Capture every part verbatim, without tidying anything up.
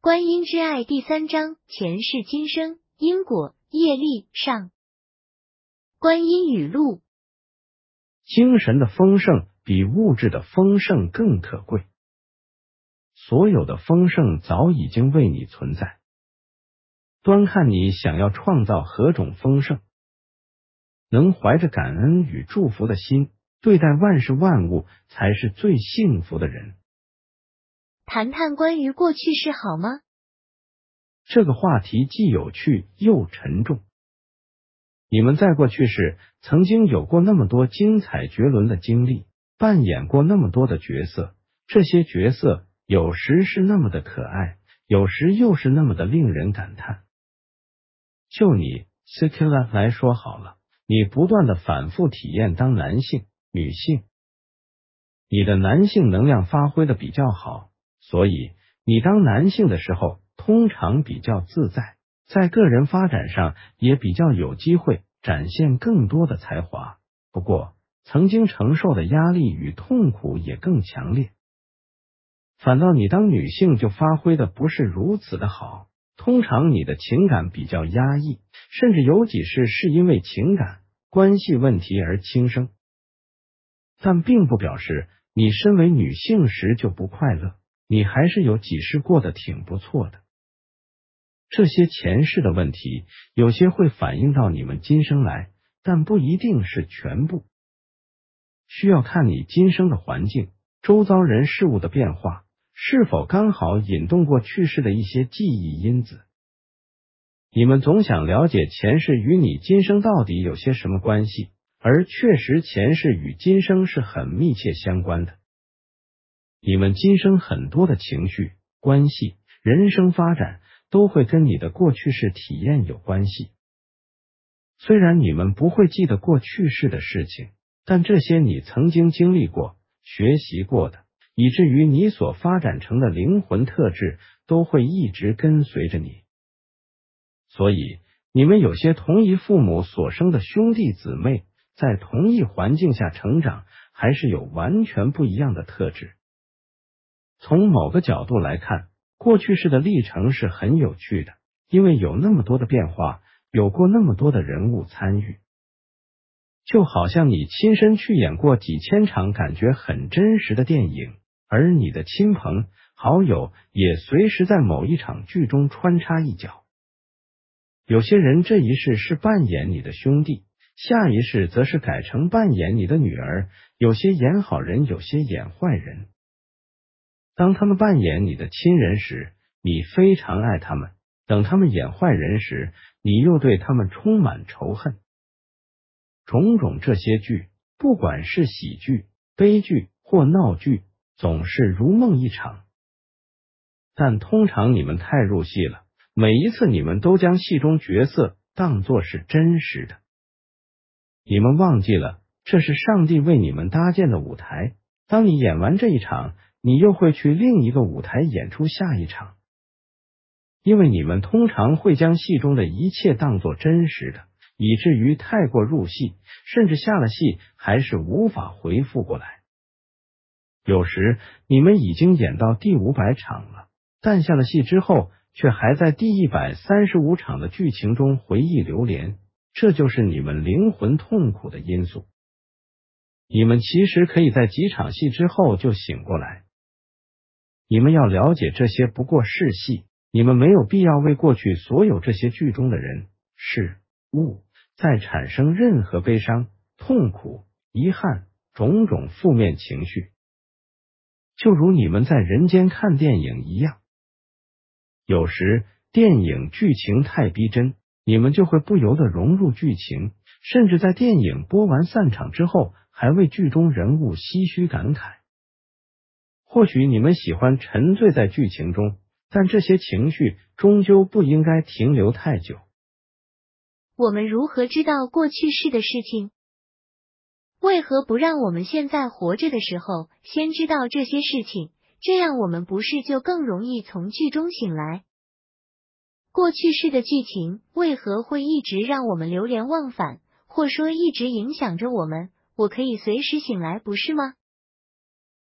观音之爱第三章前世今生因果业力上。观音语录： 精神的丰盛比物质的丰盛更可贵，所有的丰盛早已经为你存在，端看你想要创造何种丰盛。能怀着感恩与祝福的心对待万事万物，才是最幸福的人。 谈谈关于过去式好吗？ 这个话题既有趣又沉重。你们在过去时曾经有过那么多精彩绝伦的经历，扮演过那么多的角色，这些角色有时是那么的可爱，有时又是那么的令人感叹。就你 Sikila 来说好了，你不断的反复体验当男性、女性，你的男性能量发挥的比较好，所以你当男性的时候通常比较自在，在个人发展上也比较有机会展现更多的才华，不过曾经承受的压力与痛苦也更强烈。反倒你当女性就发挥的不是如此的好，通常你的情感比较压抑，甚至有几世是因为情感关系问题而轻生。但并不表示你身为女性时就不快乐，你还是有几世过得挺不错的。这些前世的问题有些会反映到你们今生来，但不一定是全部，需要看你今生的环境、周遭人事物的变化是否刚好引动过去世的一些记忆因子。你们总想了解前世与你今生到底有些什么关系，而确实前世与今生是很密切相关的。你们今生很多的情绪、关系、人生发展都会跟你的过去式体验有关系。虽然你们不会记得过去式的事情，但这些你曾经经历过、学习过的，以至于你所发展成的灵魂特质都会一直跟随着你。所以你们有些同一父母所生的兄弟姊妹，在同一环境下成长，还是有完全不一样的特质。从某个角度来看，过去式的历程是很有趣的，因为有那么多的变化，有过那么多的人物参与。就好像你亲身去演过几千场感觉很真实的电影，而你的亲朋好友也随时在某一场剧中穿插一脚。有些人这一世是扮演你的兄弟，下一世则是改成扮演你的女儿，有些演好人，有些演坏人。当他们扮演你的亲人时，你非常爱他们；等他们演坏人时，你又对他们充满仇恨。种种这些剧，不管是喜剧、悲剧或闹剧，总是如梦一场。但通常你们太入戏了，每一次你们都将戏中角色当作是真实的。你们忘记了，这是上帝为你们搭建的舞台。当你演完这一场，你又会去另一个舞台演出下一场。因为你们通常会将戏中的一切当作真实的，以至于太过入戏，甚至下了戏还是无法回复过来。有时你们已经演到第五百场了，但下了戏之后却还在第一百三十五场的剧情中回忆流连，这就是你们灵魂痛苦的因素。你们其实可以在几场戏之后就醒过来。你们要了解，这些不过是戏，你们没有必要为过去所有这些剧中的人、事、物再产生任何悲伤、痛苦、遗憾、种种负面情绪。就如你们在人间看电影一样，有时电影剧情太逼真，你们就会不由得融入剧情，甚至在电影播完散场之后，还为剧中人物唏嘘感慨。或许你们喜欢沉醉在剧情中，但这些情绪终究不应该停留太久。 我们如何知道过去式的事情？为何不让我们现在活着的时候先知道这些事情，这样我们不是就更容易从剧中醒来？过去式的剧情为何会一直让我们流连忘返，或说一直影响着我们？我可以随时醒来，不是吗？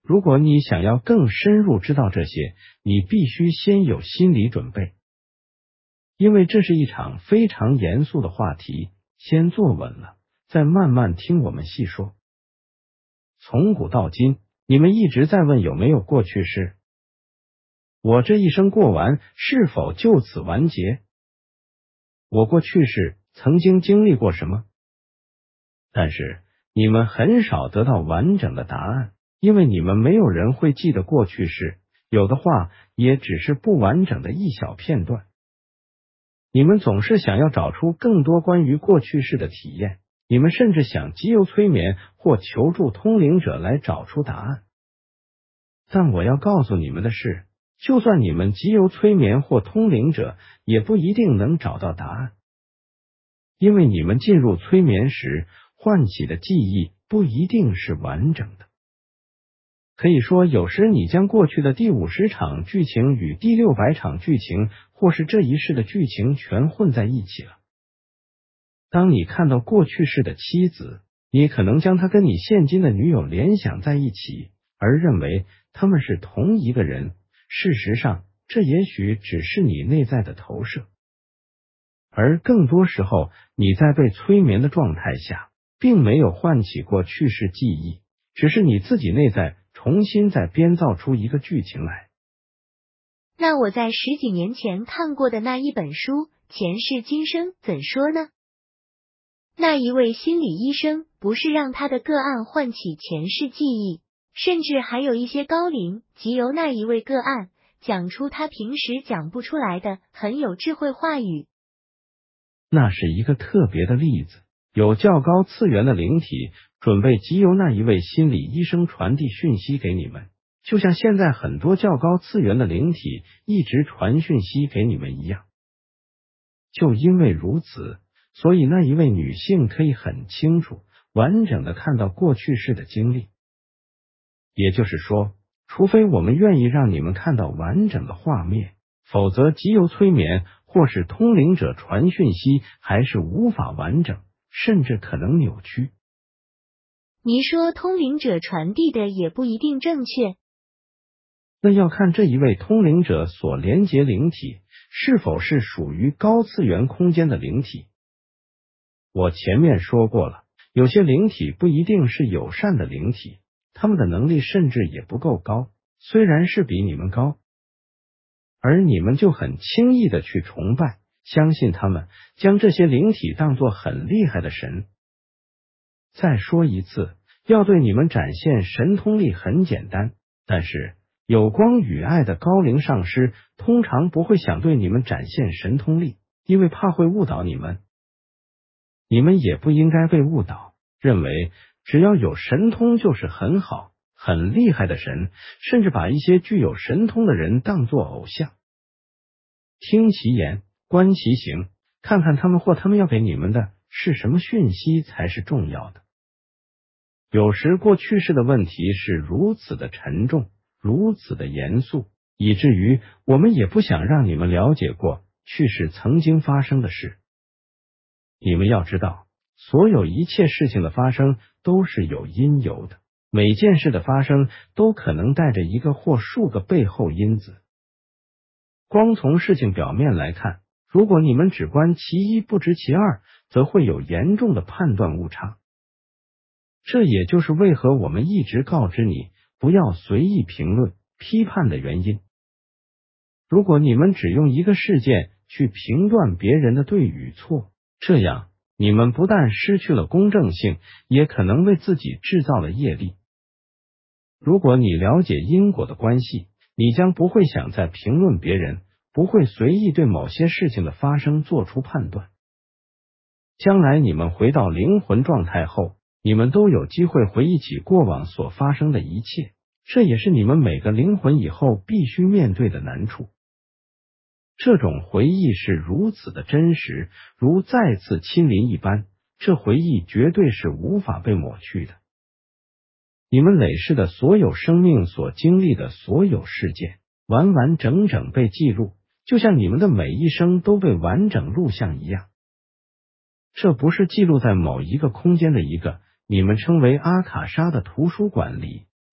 如果你想要更深入知道这些，你必须先有心理准备，因为这是一场非常严肃的话题。先坐稳了，再慢慢听我们细说。从古到今，你们一直在问有没有过去式，我这一生过完，是否就此完结？我过去世曾经经历过什么？但是你们很少得到完整的答案，因为你们没有人会记得过去式，有的话也只是不完整的一小片段。你们总是想要找出更多关于过去式的体验，你们甚至想藉由催眠或求助通灵者来找出答案。但我要告诉你们的是，就算你们藉由催眠或通灵者，也不一定能找到答案，因为你们进入催眠时唤起的记忆不一定是完整的。可以说，有时你将过去的第五十场剧情与第六百场剧情，或是这一世的剧情全混在一起了。当你看到过去式的妻子，你可能将她跟你现今的女友联想在一起，而认为他们是同一个人。事实上，这也许只是你内在的投射，而更多时候，你在被催眠的状态下，并没有唤起过去式记忆，只是你自己内在重新再编造出一个剧情来。 那我在十几年前看过的那一本书《前世今生》怎说呢？那一位心理医生不是让他的个案唤起前世记忆，甚至还有一些高龄，即由那一位个案讲出他平时讲不出来的很有智慧话语。 那是一个特别的例子，有较高次元的灵体准备藉由那一位心理医生传递讯息给你们，就像现在很多较高次元的灵体一直传讯息给你们一样。就因为如此，所以那一位女性可以很清楚、完整的看到过去式的经历。也就是说，除非我们愿意让你们看到完整的画面，否则藉由催眠或是通灵者传讯息还是无法完整，甚至可能扭曲。 你说通灵者传递的也不一定正确， 那要看这一位通灵者所连结灵体是否是属于高次元空间的灵体。我前面说过了，有些灵体不一定是友善的灵体，他们的能力甚至也不够高，虽然是比你们高，而你们就很轻易的去崇拜、相信他们，将这些灵体当作很厉害的神。再说一次，要对你们展现神通力很简单，但是有光与爱的高龄上师通常不会想对你们展现神通力，因为怕会误导你们。你们也不应该被误导，认为只要有神通就是很好、很厉害的神，甚至把一些具有神通的人当作偶像。听其言，观其行，看看他们或他们要给你们的是什么讯息才是重要的。有时过去式的问题是如此的沉重，如此的严肃，以至于我们也不想让你们了解过去世曾经发生的事。你们要知道，所有一切事情的发生都是有因由的，每件事的发生都可能带着一个或数个背后因子。光从事情表面来看，如果你们只观其一不知其二，则会有严重的判断误差。这也就是为何我们一直告知你不要随意评论、批判的原因。如果你们只用一个事件去评断别人的对与错，这样你们不但失去了公正性，也可能为自己制造了业力。如果你了解因果的关系，你将不会想再评论别人，不会随意对某些事情的发生做出判断。将来你们回到灵魂状态后，你们都有机会回忆起过往所发生的一切，这也是你们每个灵魂以后必须面对的难处。这种回忆是如此的真实，如再次亲临一般，这回忆绝对是无法被抹去的。你们累世的所有生命所经历的所有事件，完完整整被记录，就像你们的每一生都被完整录像一样。这不是记录在某一个空间的一个你们称为阿卡莎的图书馆里，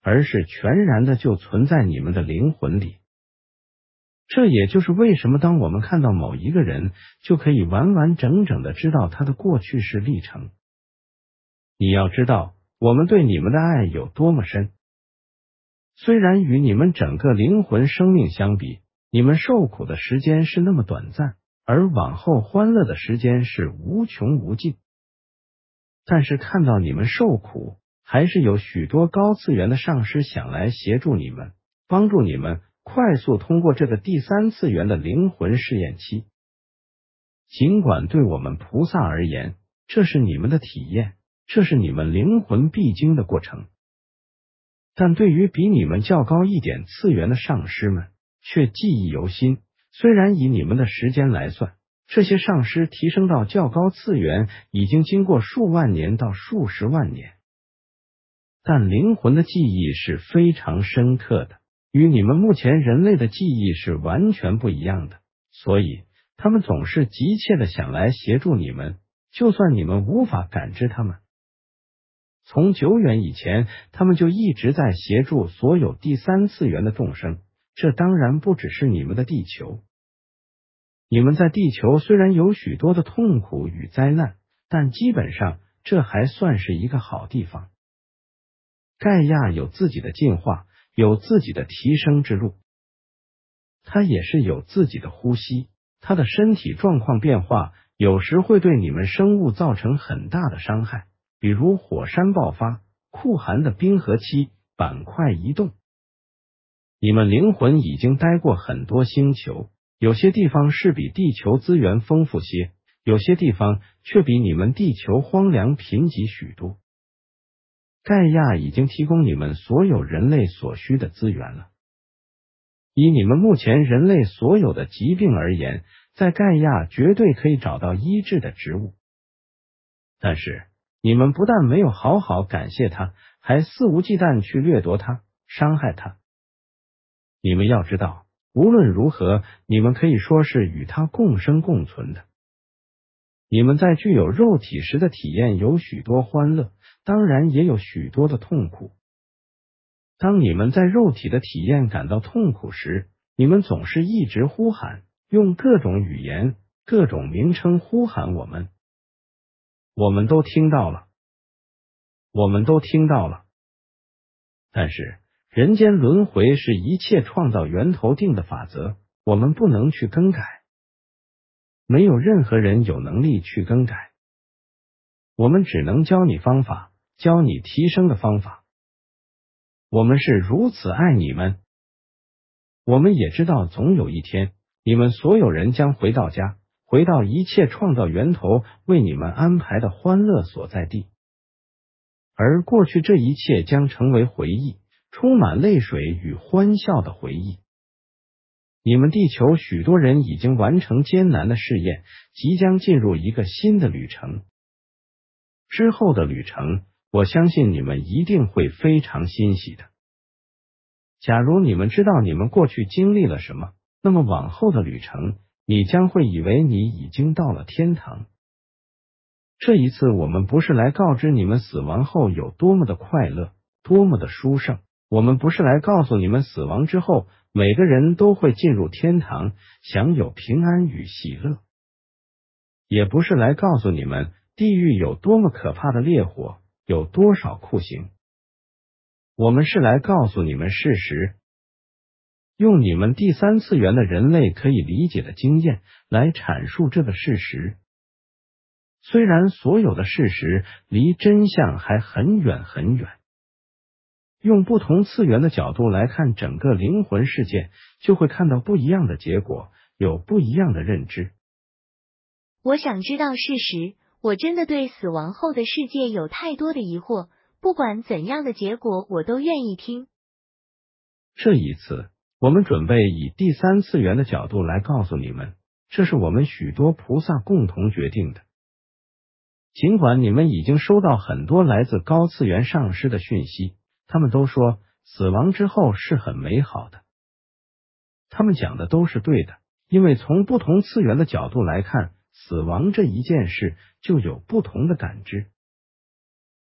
而是全然的就存在你们的灵魂里。这也就是为什么当我们看到某一个人，就可以完完整整的知道他的过去式历程。你要知道，我们对你们的爱有多么深。虽然与你们整个灵魂生命相比，你们受苦的时间是那么短暂，而往后欢乐的时间是无穷无尽，但是看到你们受苦，还是有许多高次元的上师想来协助你们，帮助你们快速通过这个第三次元的灵魂试验期。尽管对我们菩萨而言，这是你们的体验，这是你们灵魂必经的过程，但对于比你们较高一点次元的上师们，却记忆犹新。虽然以你们的时间来算，这些上师提升到较高次元已经经过数万年到数十万年，但灵魂的记忆是非常深刻的，与你们目前人类的记忆是完全不一样的，所以他们总是急切的想来协助你们，就算你们无法感知他们。从久远以前，他们就一直在协助所有第三次元的众生，这当然不只是你们的地球。你们在地球虽然有许多的痛苦与灾难，但基本上这还算是一个好地方。盖亚有自己的进化，有自己的提升之路，它也是有自己的呼吸，它的身体状况变化有时会对你们生物造成很大的伤害，比如火山爆发、酷寒的冰河期、板块移动。你们灵魂已经待过很多星球，有些地方是比地球资源丰富些，有些地方却比你们地球荒凉贫瘠许多。盖亚已经提供你们所有人类所需的资源了。以你们目前人类所有的疾病而言，在盖亚绝对可以找到医治的植物。但是你们不但没有好好感谢他，还肆无忌惮去掠夺他，伤害他。你们要知道，无论如何，你们可以说是与他共生共存的。你们在具有肉体时的体验有许多欢乐，当然也有许多的痛苦。当你们在肉体的体验感到痛苦时，你们总是一直呼喊，用各种语言、各种名称呼喊我们。我们都听到了，我们都听到了。但是人间轮回是一切创造源头定的法则，我们不能去更改。没有任何人有能力去更改。我们只能教你方法，教你提升的方法。我们是如此爱你们。我们也知道总有一天，你们所有人将回到家，回到一切创造源头为你们安排的欢乐所在地。而过去这一切将成为回忆，充满泪水与欢笑的回忆。你们地球许多人已经完成艰难的试验，即将进入一个新的旅程。之后的旅程，我相信你们一定会非常欣喜的。假如你们知道你们过去经历了什么，那么往后的旅程，你将会以为你已经到了天堂。这一次，我们不是来告知你们死亡后有多么的快乐，多么的殊胜。我们不是来告诉你们死亡之后每个人都会进入天堂，享有平安与喜乐。也不是来告诉你们地狱有多么可怕的烈火，有多少酷刑。我们是来告诉你们事实，用你们第三次元的人类可以理解的经验来阐述这个事实。虽然所有的事实离真相还很远很远，用不同次元的角度来看整个灵魂世界，就会看到不一样的结果，有不一样的认知。 我想知道事实，我真的对死亡后的世界有太多的疑惑，不管怎样的结果，我都愿意听。 这一次，我们准备以第三次元的角度来告诉你们，这是我们许多菩萨共同决定的。尽管你们已经收到很多来自高次元上师的讯息，他们都说死亡之后是很美好的。他们讲的都是对的，因为从不同次元的角度来看，死亡这一件事就有不同的感知。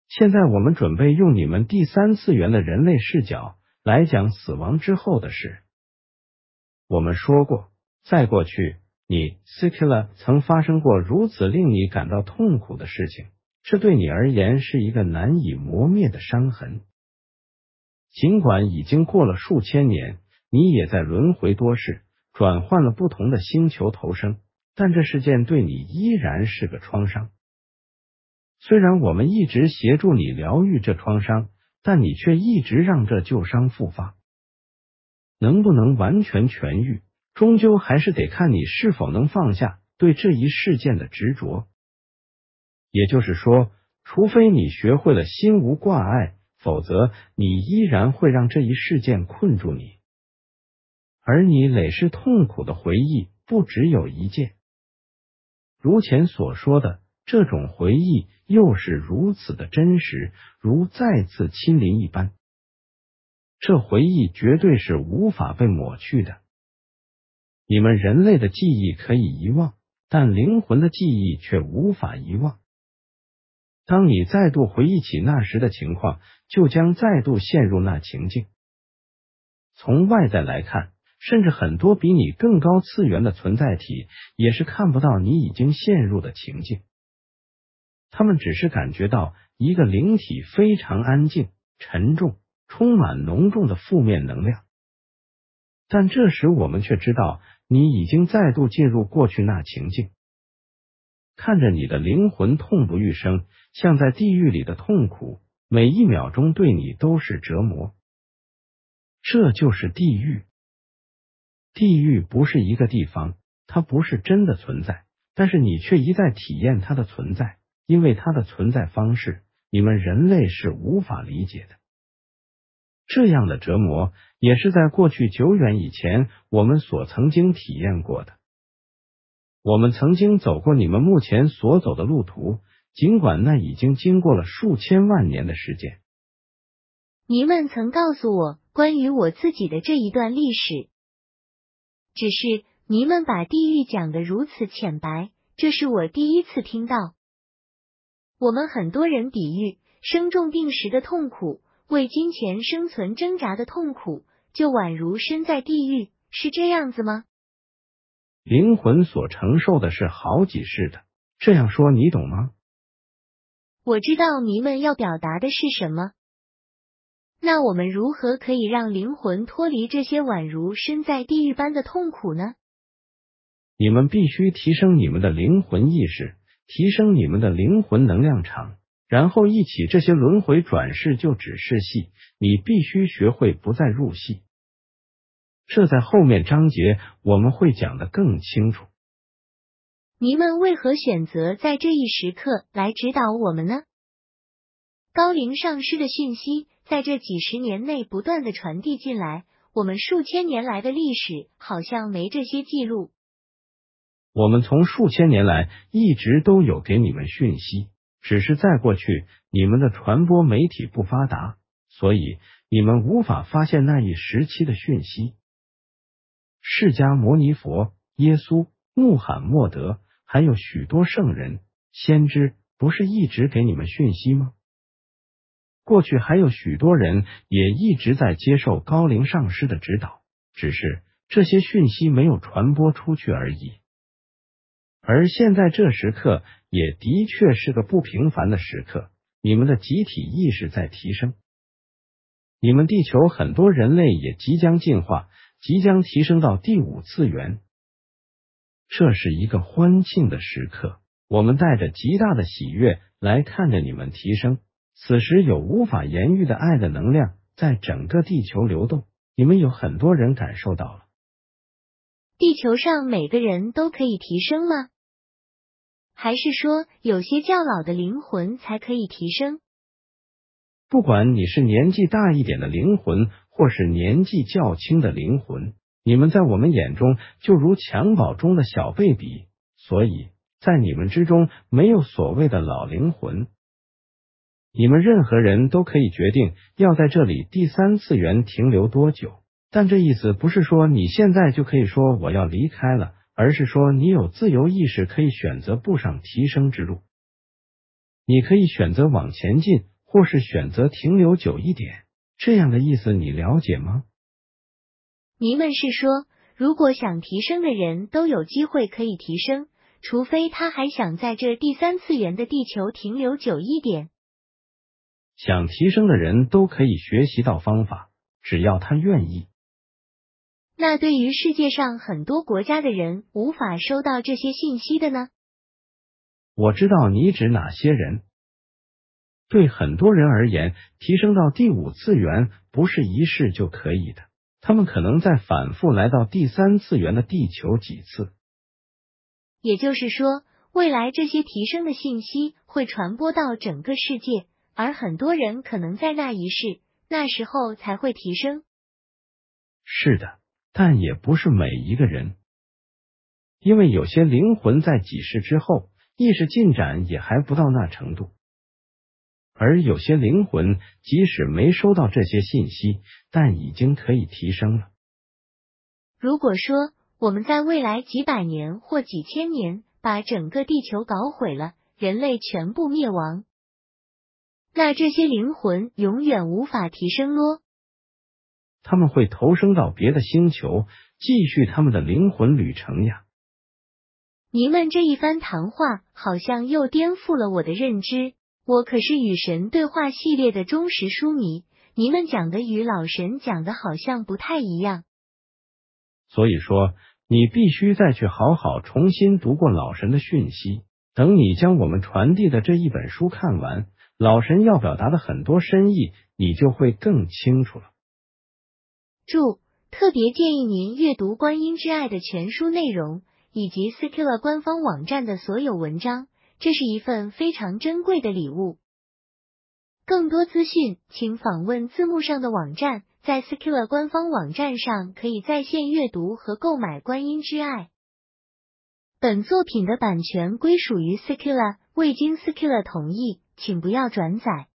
现在我们准备用你们第三次元的人类视角来讲死亡之后的事。我们说过，在过去，你 Sikila 曾发生过如此令你感到痛苦的事情，这对你而言是一个难以磨灭的伤痕。尽管已经过了数千年，你也在轮回多世，转换了不同的星球投生，但这事件对你依然是个创伤。虽然我们一直协助你疗愈这创伤，但你却一直让这旧伤复发。能不能完全痊愈，终究还是得看你是否能放下对这一事件的执着。也就是说，除非你学会了心无挂碍，否则你依然会让这一事件困住你。而你累世痛苦的回忆不只有一件。如前所说的，这种回忆又是如此的真实，如再次亲临一般。这回忆绝对是无法被抹去的。你们人类的记忆可以遗忘，但灵魂的记忆却无法遗忘。当你再度回忆起那时的情况，就将再度陷入那情境。从外在来看，甚至很多比你更高次元的存在体也是看不到你已经陷入的情境。他们只是感觉到一个灵体非常安静、沉重，充满浓重的负面能量。但这时我们却知道，你已经再度进入过去那情境。看着你的灵魂痛不欲生，像在地狱里的痛苦，每一秒钟对你都是折磨。这就是地狱。地狱不是一个地方，它不是真的存在，但是你却一再体验它的存在，因为它的存在方式，你们人类是无法理解的。这样的折磨也是在过去久远以前我们所曾经体验过的。我们曾经走过你们目前所走的路途，尽管那已经经过了数千万年的时间。 你们曾告诉我关于我自己的这一段历史，只是你们把地狱讲得如此浅白，这是我第一次听到。我们很多人比喻生重病时的痛苦，为金钱生存挣扎的痛苦，就宛如身在地狱，是这样子吗？ 灵魂所承受的是好几世的，这样说你懂吗？ 我知道你们要表达的是什么。那我们如何可以让灵魂脱离这些宛如身在地狱般的痛苦呢？ 你们必须提升你们的灵魂意识，提升你们的灵魂能量场，然后一起这些轮回转世就只是戏，你必须学会不再入戏。这在后面章节我们会讲得更清楚。 你们为何选择在这一时刻来指导我们呢？高龄上师的讯息在这几十年内不断的传递进来，我们数千年来的历史好像没这些记录。 我们从数千年来一直都有给你们讯息，只是在过去你们的传播媒体不发达，所以你们无法发现那一时期的讯息。释迦牟尼佛、耶稣、穆罕默德，还有许多圣人、先知，不是一直给你们讯息吗？过去还有许多人也一直在接受高龄上师的指导，只是这些讯息没有传播出去而已。而现在这时刻也的确是个不平凡的时刻，你们的集体意识在提升，你们地球很多人类也即将进化，即将提升到第五次元。这是一个欢庆的时刻，我们带着极大的喜悦来看着你们提升。此时有无法言喻的爱的能量在整个地球流动，你们有很多人感受到了。 地球上每个人都可以提升吗？还是说有些较老的灵魂才可以提升？ 不管你是年纪大一点的灵魂，或是年纪较轻的灵魂，你们在我们眼中就如襁褓中的小贝比，所以在你们之中没有所谓的老灵魂。你们任何人都可以决定要在这里第三次元停留多久，但这意思不是说你现在就可以说我要离开了，而是说你有自由意识可以选择步上提升之路。你可以选择往前进， 或是选择停留久一点，这样的意思你了解吗？ 你们是说，如果想提升的人都有机会可以提升，除非他还想在这第三次元的地球停留久一点。 想提升的人都可以学习到方法，只要他愿意。 那对于世界上很多国家的人无法收到这些信息的呢？ 我知道你指哪些人。对很多人而言，提升到第五次元不是一世就可以的，他们可能再反复来到第三次元的地球几次。 也就是说，未来这些提升的信息会传播到整个世界，而很多人可能在那一世，那时候才会提升。 是的，但也不是每一个人，因为有些灵魂在几世之后，意识进展也还不到那程度。而有些灵魂即使没收到这些信息，但已经可以提升了。 如果说我们在未来几百年或几千年把整个地球搞毁了，人类全部灭亡，那这些灵魂永远无法提升咯。 他们会投生到别的星球，继续他们的灵魂旅程呀。 你们这一番谈话好像又颠覆了我的认知。我可是与神对话系列的忠实书迷，你们讲的与老神讲的好像不太一样。 所以说，你必须再去好好重新读过老神的讯息，等你将我们传递的这一本书看完，老神要表达的很多深意，你就会更清楚了。 注：特别建议您阅读《观音之爱》的全书内容，以及 Skilla 官方网站的所有文章。这是一份非常珍贵的礼物。更多资讯，请访问字幕上的网站，在 Skilla 官方网站上可以在线阅读和购买《观音之爱》。本作品的版权归属于 Skilla，未经 Skilla 同意，请不要转载。